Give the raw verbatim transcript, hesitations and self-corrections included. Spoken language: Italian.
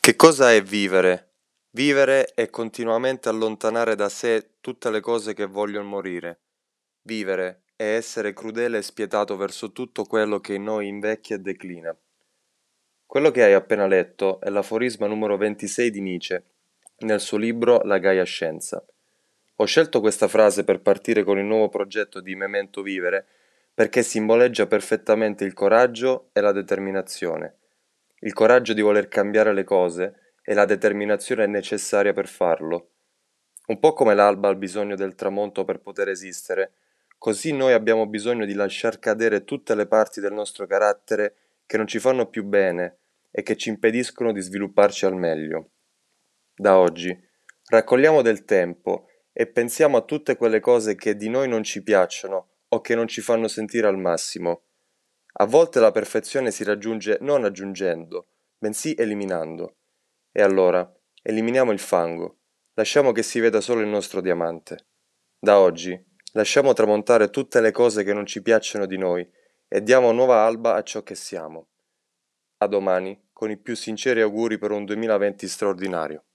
Che cosa è vivere? Vivere è continuamente allontanare da sé tutte le cose che vogliono morire. Vivere è essere crudele e spietato verso tutto quello che in noi invecchia e declina. Quello che hai appena letto è l'aforisma numero ventisei di Nietzsche, nel suo libro La Gaia Scienza. Ho scelto questa frase per partire con il nuovo progetto di Memento Vivere perché simboleggia perfettamente il coraggio e la determinazione. Il coraggio di voler cambiare le cose e la determinazione necessaria per farlo. Un po' come l'alba ha bisogno del tramonto per poter esistere, così noi abbiamo bisogno di lasciar cadere tutte le parti del nostro carattere che non ci fanno più bene e che ci impediscono di svilupparci al meglio. Da oggi raccogliamo del tempo e pensiamo a tutte quelle cose che di noi non ci piacciono o che non ci fanno sentire al massimo. A volte la perfezione si raggiunge non aggiungendo, bensì eliminando. E allora, eliminiamo il fango, lasciamo che si veda solo il nostro diamante. Da oggi, lasciamo tramontare tutte le cose che non ci piacciono di noi e diamo nuova alba a ciò che siamo. A domani, con i più sinceri auguri per un duemilaventi straordinario.